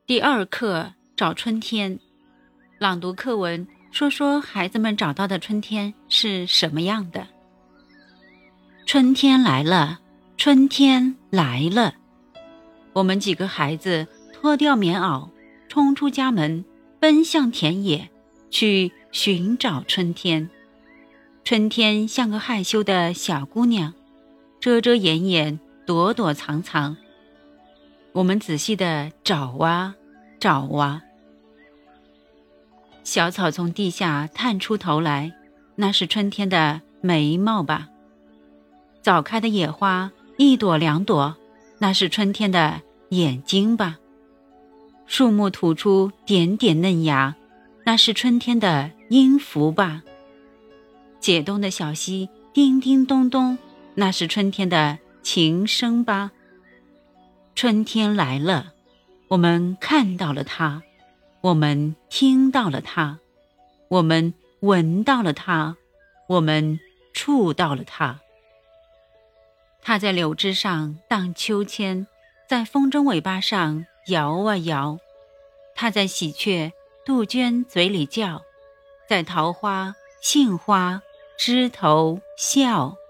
第二课找春天，朗读课文，说说孩子们找到的春天是什么样的。春天来了，春天来了。我们几个孩子脱掉棉袄，冲出家门，奔向田野，去寻找春天。春天像个害羞的小姑娘，遮遮掩掩，躲躲藏藏。我们仔细地找啊找啊，小草从地下探出头来，那是春天的眉毛吧？早开的野花一朵两朵，那是春天的眼睛吧？树木吐出点点嫩芽，那是春天的音符吧？解冻的小溪叮叮咚咚，那是春天的琴声吧？春天来了，我们看到了它，我们听到了它，我们闻到了它，我们触到了它。它在柳枝上荡秋千，在风筝尾巴上摇啊摇。它在喜鹊、杜鹃嘴里叫，在桃花、杏花枝头笑。